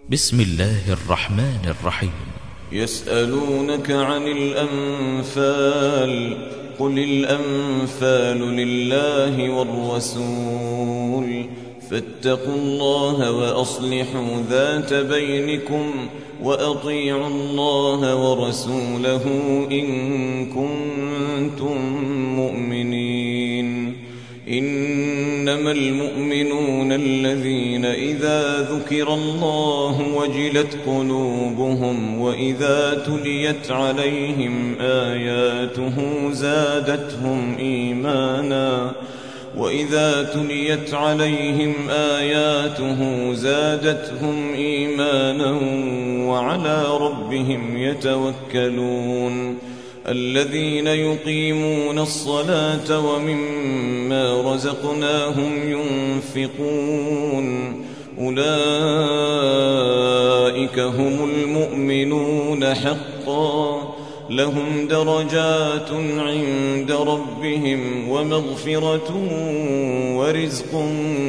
بسم الله الرحمن الرحيم. يسألونك عن الأنفال، قل الأنفال لله والرسول، فاتقوا الله وأصلحوا ذات بينكم، وأطيعوا الله ورسوله إن كنتم مؤمنين. إنما المؤمنون الذين إذا ذكر الله وجلت قلوبهم، وإذا تليت عليهم آياته زادتهم إيمانا وعلى ربهم يتوكلون. الذين يقيمون الصلاة ومما رزقناهم ينفقون، أولئك هم المؤمنون حقا، لهم درجات عند ربهم ومغفرة ورزق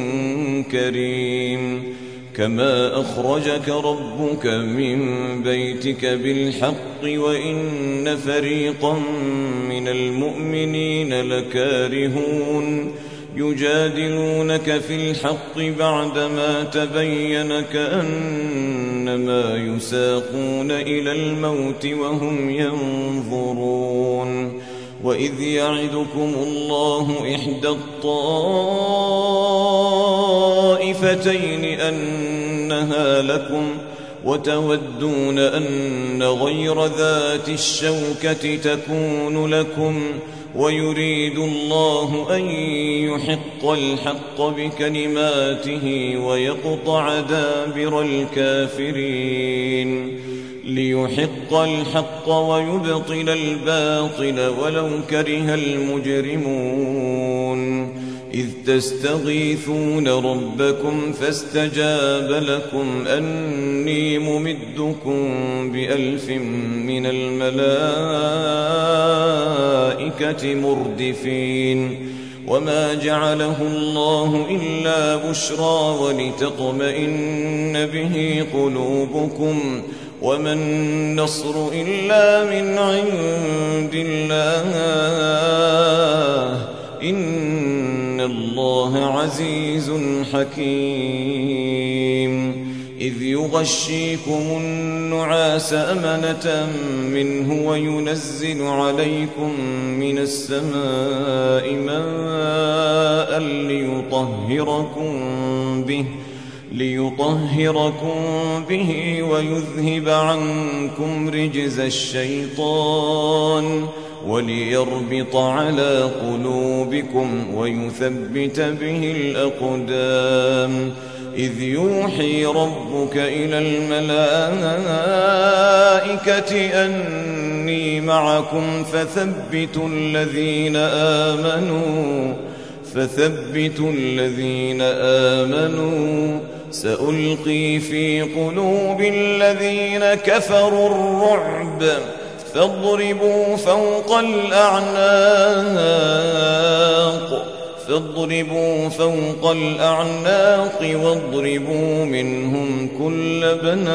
كريم. كما أخرجك ربك من بيتك بالحق وإن فريقا من المؤمنين لكارهون. يجادلونك في الحق بعدما تبين كأنما يساقون إلى الموت وهم ينظرون. وإذ يعدكم الله إحدى الطائفتين أنها لكم، وتودون أن غير ذات الشوكة تكون لكم، ويريد الله أن يحق الحق بكلماته ويقطع دابر الكافرين، ليحق الحق ويبطل الباطل ولو كره المجرمون. إذ تستغيثون ربكم فاستجاب لكم أني ممدكم ب1000 من الملائكة مردفين. وما جعله الله إلا بشرى ولتطمئن به قلوبكم، وما النصر إلا من عند الله، إن الله عزيز حكيم. إذ يغشيكم النعاس أمنة منه وينزل عليكم من السماء ماء ليطهركم به ويذهب عنكم رجز الشيطان، وليربط على قلوبكم ويثبت به الأقدام. إذ يوحي ربك إلى الملائكة أني معكم فثبتوا الذين آمنوا سألقي في قلوب الذين كفروا الرعب، فاضربوا فوق الأعناق واضربوا منهم كل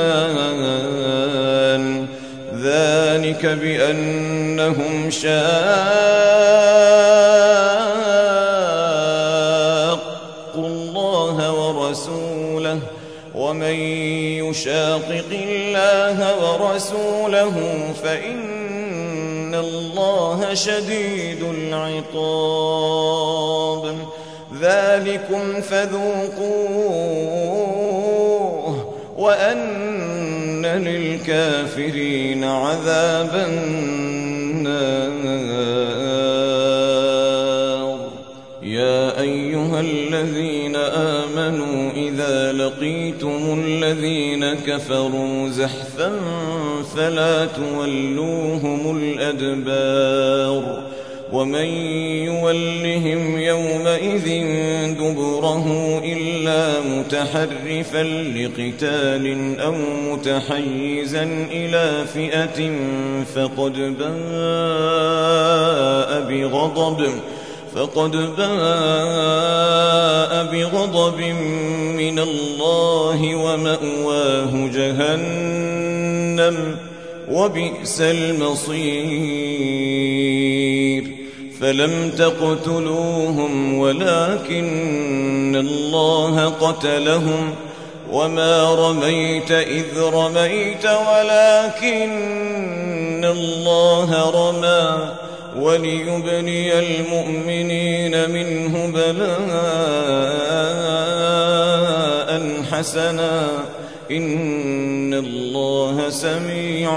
بنان. ذلك بأنهم شاقوا الله ورسوله، ومن يشاقق الله ورسوله فإن الله شديد العقاب. ذلكم فذوقوه وأن للكافرين عذاب النار. يا أيها الذين آمنوا إذا لقيتم الذين كفروا زحفا فلا تولوهم الأدبار، ومن يولهم يومئذ دبره إلا متحرفا لقتال أو متحيزا إلى فئة فقد باء فقد باء بغضب من الله ومأواه جهنم وبئس المصير فلم تقتلوهم ولكن الله قتلهم وما رميت إذ رميت ولكن الله رمى وليبني المؤمنين منه بلاء حسنا إن الله سميع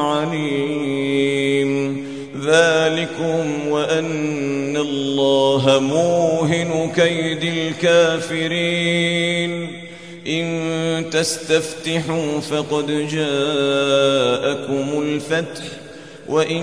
عليم ذلكم وأن الله موهن كيد الكافرين إن تستفتحوا فقد جاءكم الفتح وإن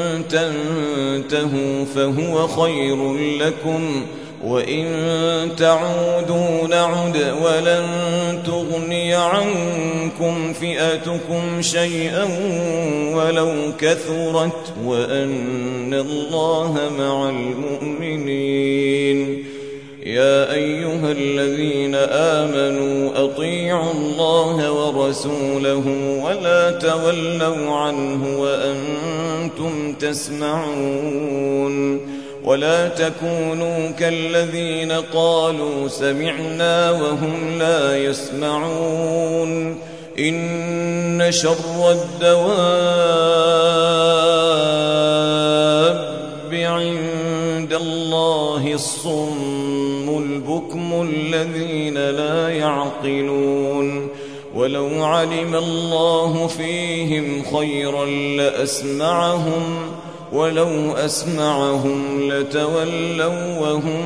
تنتهوا فهو خير لكم وإن تعودوا نعد ولن تغني عنكم فئتكم شيئا ولو كثرت وأن الله مع المؤمنين يا أيها الذين آمنوا أطيعوا الله ورسوله ولا تولوا عنه وأنتم تسمعون ولا تكونوا كالذين قالوا سمعنا وهم لا يسمعون إن شر الدواب عند الله الصم البكم الذين لا يعقلون ولو علم الله فيهم خيرا لأسمعهم ولو أسمعهم لتولوا وهم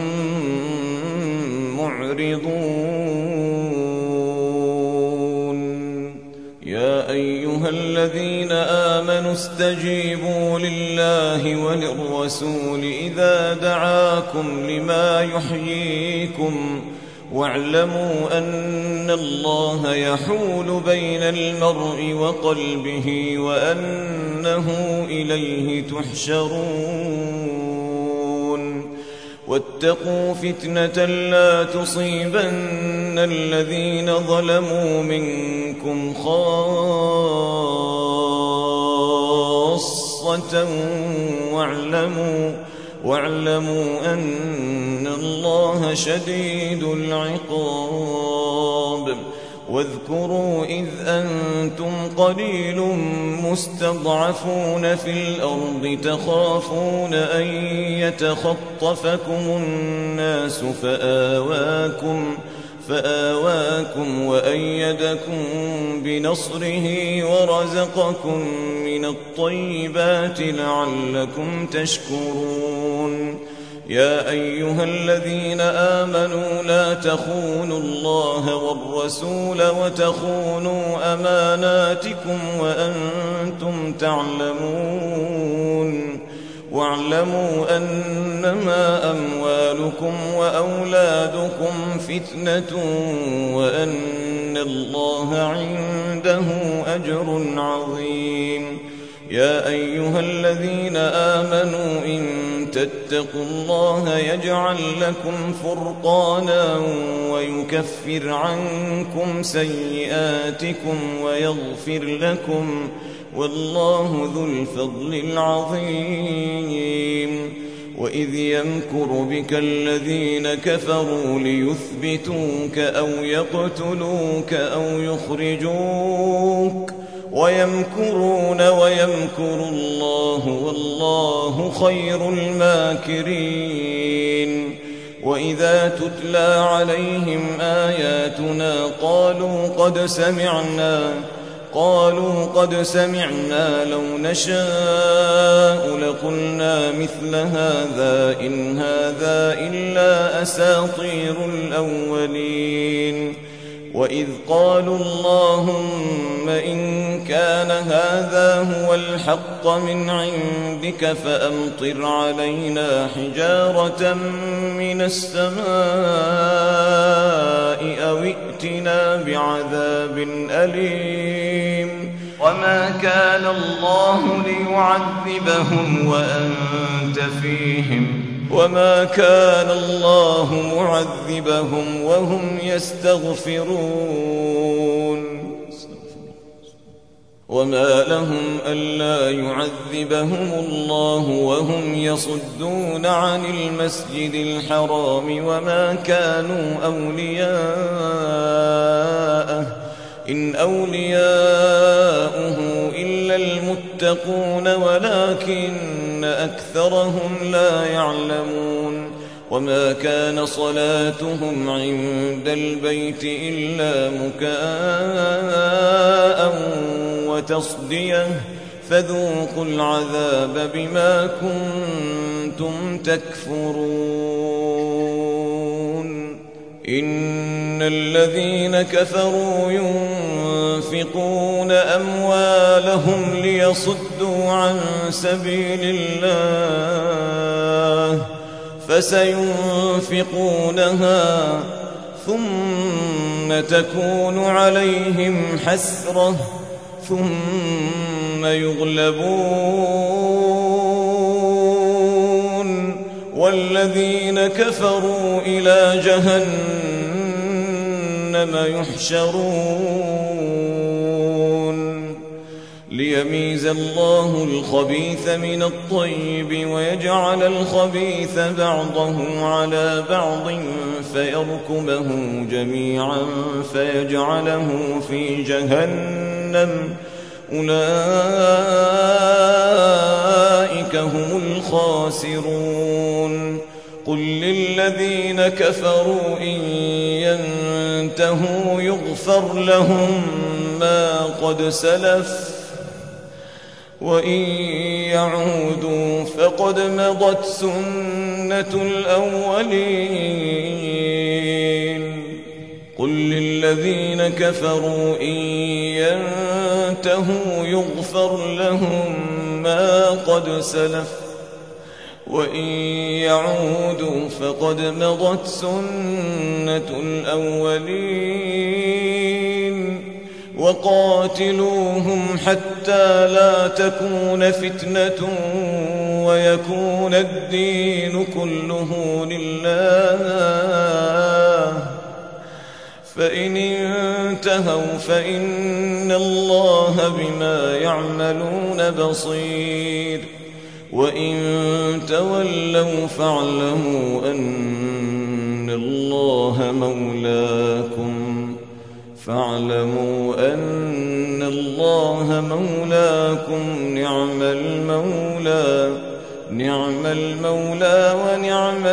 معرضون يا أيها الذين آمنوا استجيبوا لله وللرسول إذا دعاكم لما يحييكم واعلموا أن الله يحول بين المرء وقلبه وأنه إليه تحشرون واتقوا فتنة لا تصيبن الذين ظلموا منكم خاصة واعلموا أن الله شديد العقاب واذكروا إذ أنتم قليل مستضعفون في الأرض تخافون أن يتخطفكم الناس فآواكم وأيدكم بنصره ورزقكم من الطيبات لعلكم تشكرون يا أيها الذين آمنوا لا تخونوا الله والرسول وتخونوا أماناتكم وأنتم تعلمون واعلموا أنما أموالكم وأولادكم فتنة وأن الله عنده أجر عظيم يا أيها الذين آمنوا إن تتقوا الله يجعل لكم فرقانا ويكفر عنكم سيئاتكم ويغفر لكم والله ذو الفضل العظيم وإذ يمكر بك الذين كفروا ليثبتوك أو يقتلوك أو يخرجوك ويمكرون ويمكر الله والله خير الماكرين وإذا تتلى عليهم آياتنا قالوا قد سمعنا لو نشاء لقلنا مثل هذا إن هذا إلا أساطير الأولين وإذ قالوا اللهم إن كان هذا هو الحق من عندك فأمطر علينا حجارة من السماء أو ائتنا بعذاب أليم وما كان الله ليعذبهم وأنت فيهم وما كان الله معذبهم وهم يستغفرون وما لهم ألا يعذبهم الله وهم يصدون عن المسجد الحرام وما كانوا أولياءه إن أولياؤه إلا المتقون ولكن أكثرهم لا يعلمون وما كان صلاتهم عند البيت إلا مكاء وتصدية فذوقوا العذاب بما كنتم تكفرون إن الذين كفروا ينفقون أموالهم ليصدوا عن سبيل الله فسينفقونها ثم تكون عليهم حسرة ثم يغلبون والذين كفروا إلى جهنم يحشرون ليميز الله الخبيث من الطيب ويجعل الخبيث بعضه على بعض فيركمه جميعا فيجعله في جهنم أولئك هم الخاسرون قل للذين كفروا إن ينتهوا يغفر لهم ما قد سلف وإن يعودوا فقد مضت سنة الأولين قل للذين كفروا إن ينتهوا يغفر لهم ما قد سلف وإن يعودوا فقد مضت سنة الأولين وقاتلوهم حتى لا تكون فتنة ويكون الدين كله لله فإن انتهوا فإن الله بما يعملون بصير وإن تولوا فاعلموا أن الله مولاكم نعم المولى ونعم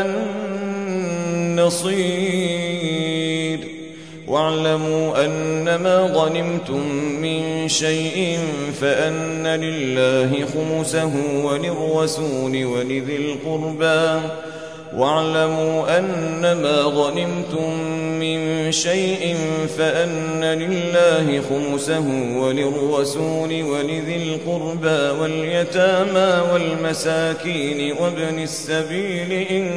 النصير واعلموا أنما غنمتم من شيء فأن لله خمسه وللرسول ولذي القربى واعلموا أنما غنمتم من شيء فأن لله خمسه وللرسول ولذي القربى واليتامى والمساكين وابن السبيل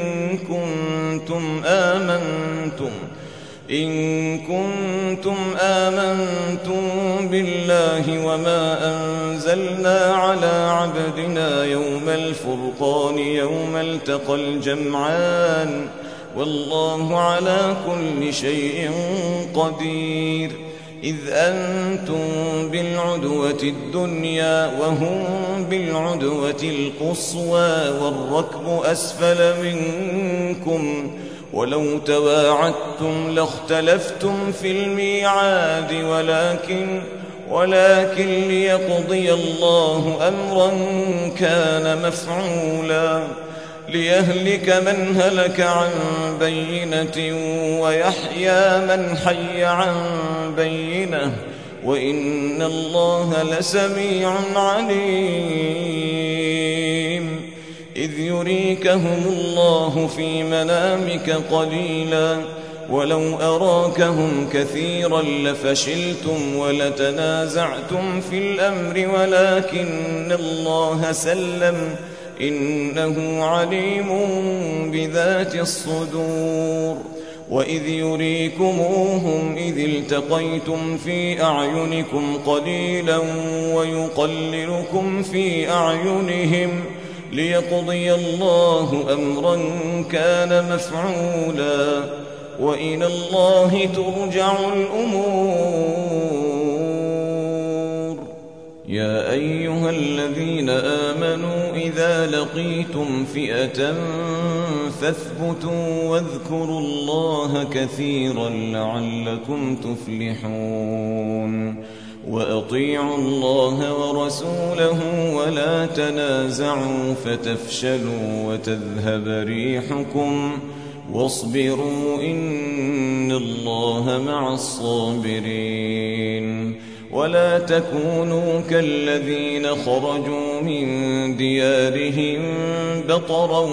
إن كنتم آمنتم بالله وما أنزلنا على عبدنا يوم الفرقان يوم التقى الجمعان والله على كل شيء قدير إذ أنتم بالعدوة الدنيا وهم بالعدوة القصوى والركب أسفل منكم ولو تواعدتم لاختلفتم في الميعاد ولكن ليقضي الله أمرا كان مفعولا ليهلك من هلك عن بينة ويحيى من حي عن بينة وإن الله لسميع عليم إذ يريكهم الله في منامك قليلا ولو أراكهم كثيرا لفشلتم ولتنازعتم في الأمر ولكن الله سلم إنه عليم بذات الصدور وإذ يريكموهم إذ التقيتم في أعينكم قليلا ويقللكم في أعينهم ليقضي الله أمرا كان مفعولا وإلى الله ترجع الأمور. يا أيها الذين آمنوا إذا لقيتم فئة فاثبتوا واذكروا الله كثيرا لعلكم تفلحون. وأطيعوا الله ورسوله ولا تنازعوا فتفشلوا وتذهب ريحكم واصبروا إن الله مع الصابرين. ولا تكونوا كالذين خرجوا من ديارهم بطرا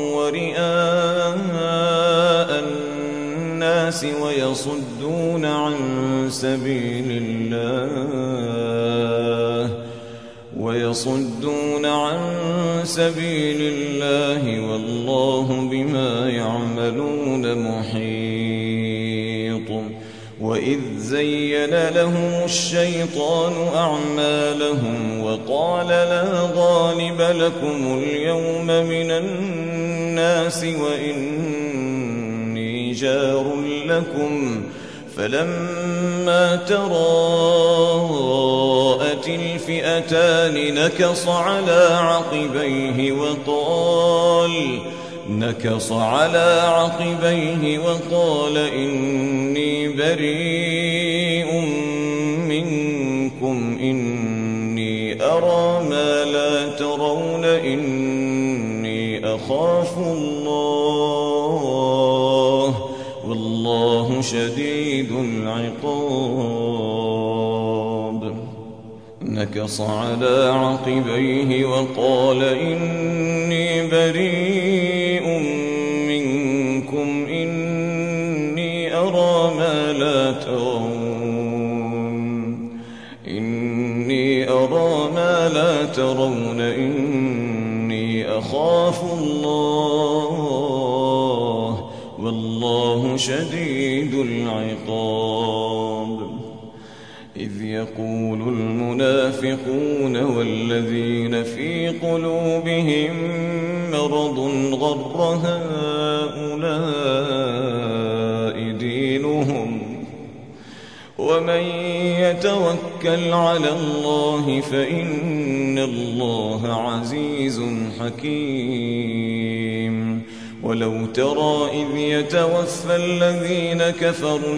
ورئاء الناس ويصدون عن سبيل الله والله بما يعملون محيط. وإذ زين لهم الشيطان أعمالهم وقال لا غالب لكم اليوم من الناس وإني جار لكم فلما تراءت الفئتان نكص على عقبيه وقال إني بريء منكم إني أرى ما لا ترون إني أخاف الله والله شديد العقاب. نكص على عقبيه وقال إني بريء منكم إني أرى ما لا ترون إني أخاف الله والله شديد العقاب. إذ يقول المنافقون والذين في قلوبهم مرض غر هؤلاء دينهم ومن يتوكل على الله فإن الله عزيز حكيم. ولو ترى إذ يتوفى الذين كفروا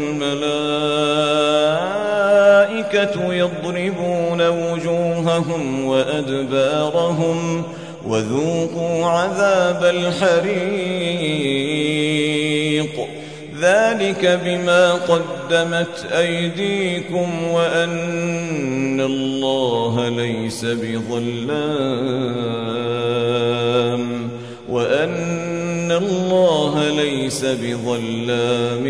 الملائكة يضربون وجوههم وأدبارهم وذوقوا عذاب الحريق ذلك بما قدمت أيديكم وأن الله ليس بظلام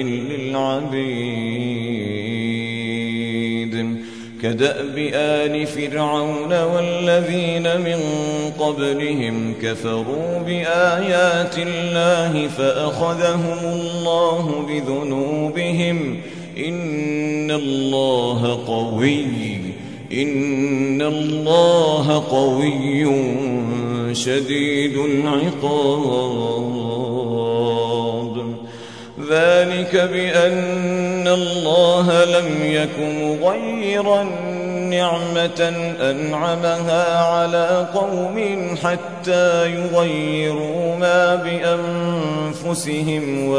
للعبيد. كدأب آل فرعون والذين من قبلهم كفروا بآيات الله فأخذهم الله بذنوبهم إن الله قوي شديد العقاب. ذلك بأن الله لم يك مغيرا نعمة أنعمها على قوم حتى يغيروا ما بأنفسهم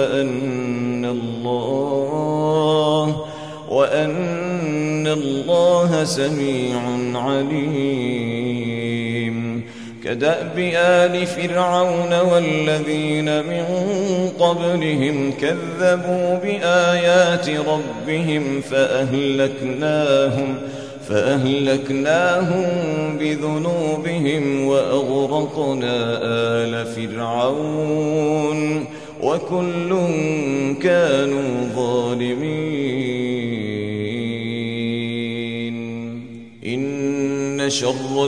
وأن الله سميع عليم. كدأب آل فرعون والذين من قبلهم كذبوا بآيات ربهم فأهلكناهم بذنوبهم وأغرقنا آل فرعون وكل كانوا ظالمين. إن شر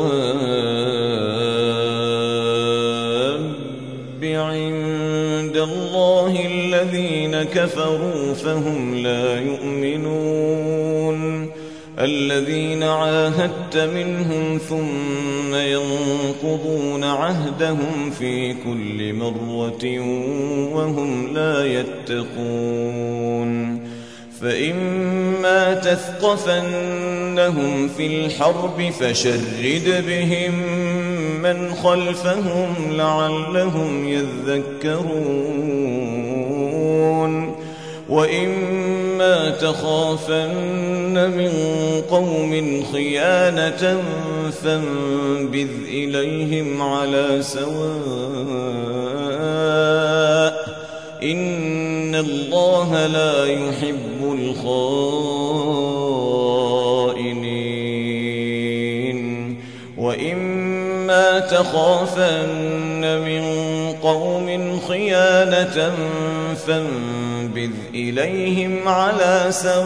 الدواب عند الله الذين كفروا فهم لا يؤمنون. الذين عاهدت منهم ثم ينقضون عهدهم في كل مرة وهم لا يتقون فإما تثقفنهم في الحرب فشرد بهم من خلفهم لعلهم يذكرون وإما تخافن من قوم خيانة فانبذ إليهم على سواء إن الله لا يحب الخائنين وإما تخافن من قوم خيانة فانبذ إليهم على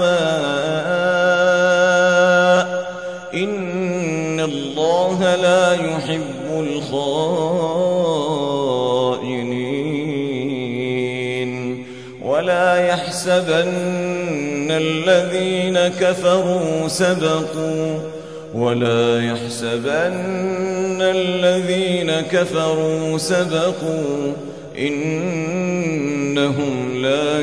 سواء إن الله لا يحب الخائنين ولا يحسبن الذين كفروا سبقوا إنهم لا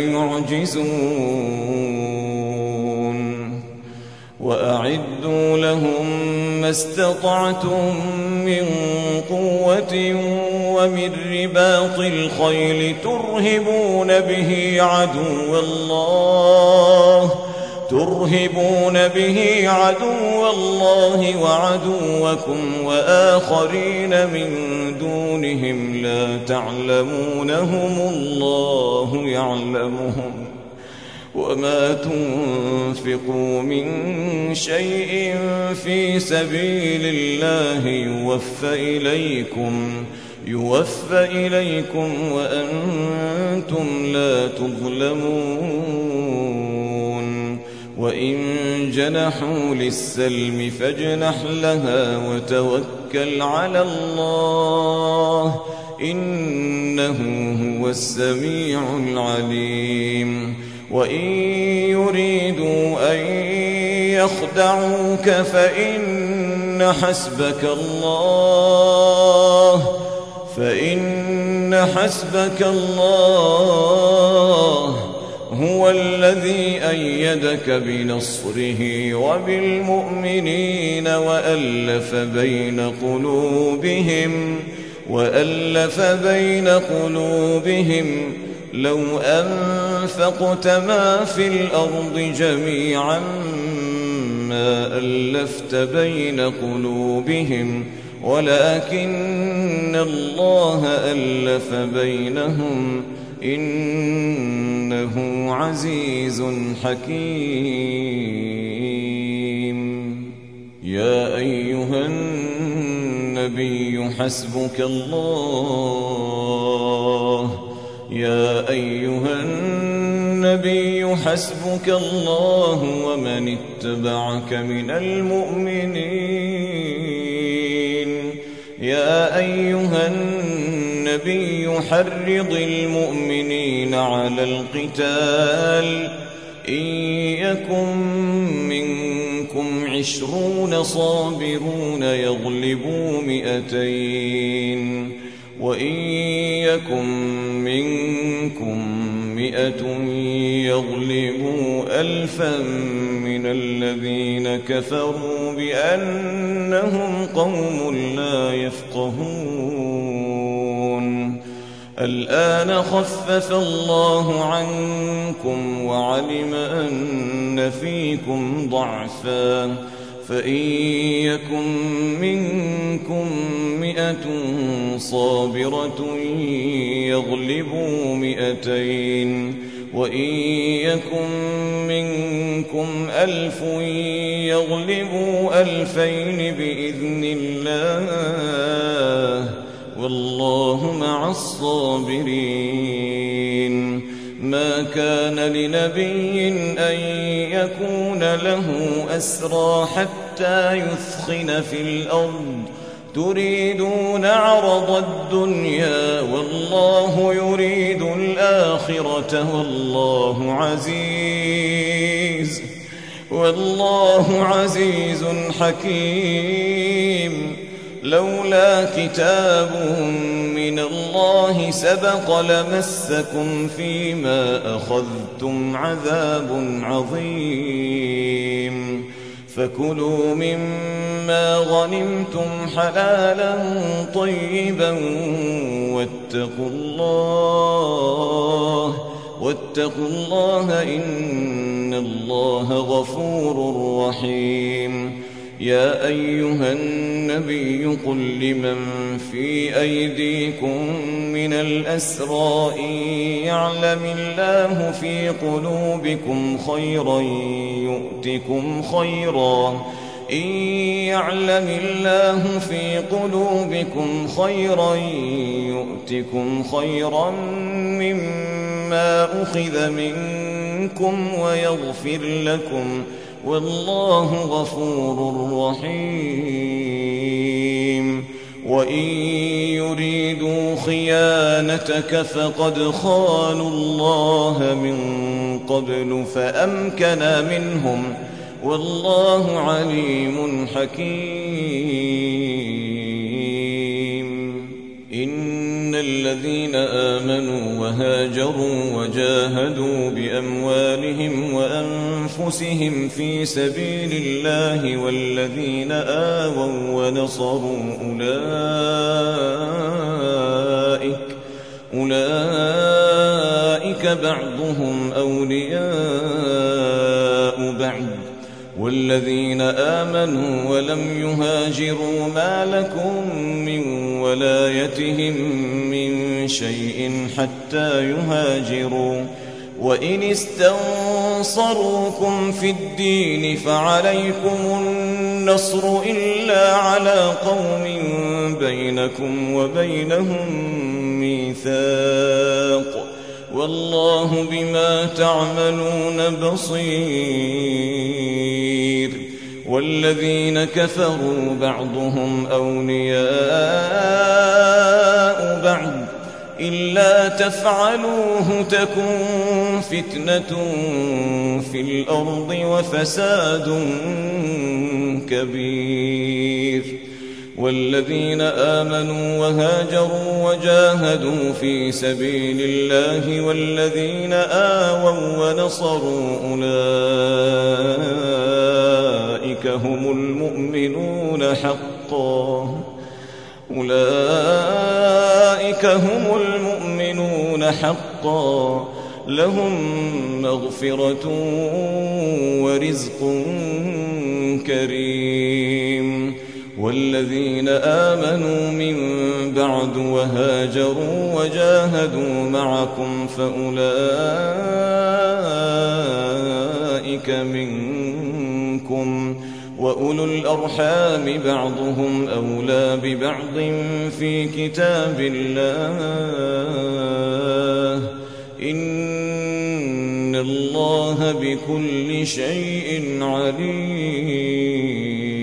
يعجزون وأعدوا لهم ما استطعتم من قوة ومن رباط الخيل ترهبون به عدو الله وعدوكم وآخرين من دونهم لا تعلمونهم الله يعلمهم وما تنفقوا من شيء في سبيل الله يوفى إليكم وأنتم لا تظلمون وإن جنحوا للسلم فاجنح لها وتوكل على الله إنه هو السميع العليم وإن يريدوا أن يخدعوك فإن حسبك الله هو الذي أيدك بنصره وبالمؤمنين وألف بين قلوبهم لو أنفقت ما في الأرض جميعا ما ألفت بين قلوبهم ولكن الله ألف بينهم إنه عزيز حكيم يا أيها النبي حسبك الله ومن اتبعك من المؤمنين يا أيها النبي حرض المؤمنين على القتال إن يكن منكم 20 صابرون يغلبوا 200 وإن يكن منكم 100 يغلبوا 1000 من الذين كفروا بأنهم قوم لا يفقهون الآن خفف الله عنكم وعلم أن فيكم ضعفا فإن يكن منكم 100 صابرة يغلبوا 200 وإن يكن منكم 1000 يغلبوا 2000 بإذن الله والله مع الصابرين ما كان لنبي أن يكون له أسرى حتى يثخن في الأرض تريدون عرض الدنيا والله يريد الآخرة والله عزيز حكيم. لولا كتاب من الله سبق لمسكم فيما أخذتم عذاب عظيم. فكلوا مما غنمتم حلالا طيبا واتقوا الله إن الله غفور رحيم. يا أيها النبي قل لمن في أيديكم من الأسرى إن يعلم الله في قلوبكم خيرا يؤتكم خيرا مما أخذ منكم ويغفر لكم والله غفور رحيم. وإن يريدوا خيانتك فقد خانوا الله من قبل فأمكن منهم والله عليم حكيم. إن الذين آمنوا وهاجروا وجاهدوا بأموالهم وأنفسهم في سبيل الله والذين آووا ونصروا أولئك بعضهم أولياء بعض والذين آمنوا ولم يهاجروا ما لكم من ولايتهم من شيء حتى يهاجروا. وإن استنصروكم في الدين فعليكم النصر إلا على قوم بينكم وبينهم ميثاق والله بما تعملون بصير. والذين كفروا بعضهم أولياء بعض إلا تفعلوه تكن فتنة في الأرض وفساد كبير. والذين آمنوا وهاجروا وجاهدوا في سبيل الله والذين آووا ونصروا أولئك هم المؤمنون حقا لهم مغفرة ورزق كريم. والذين آمنوا من بعد وهاجروا وجاهدوا معكم فأولئك منكم وأولو الأرحام بعضهم أولى ببعض في كتاب الله إن الله بكل شيء عليم.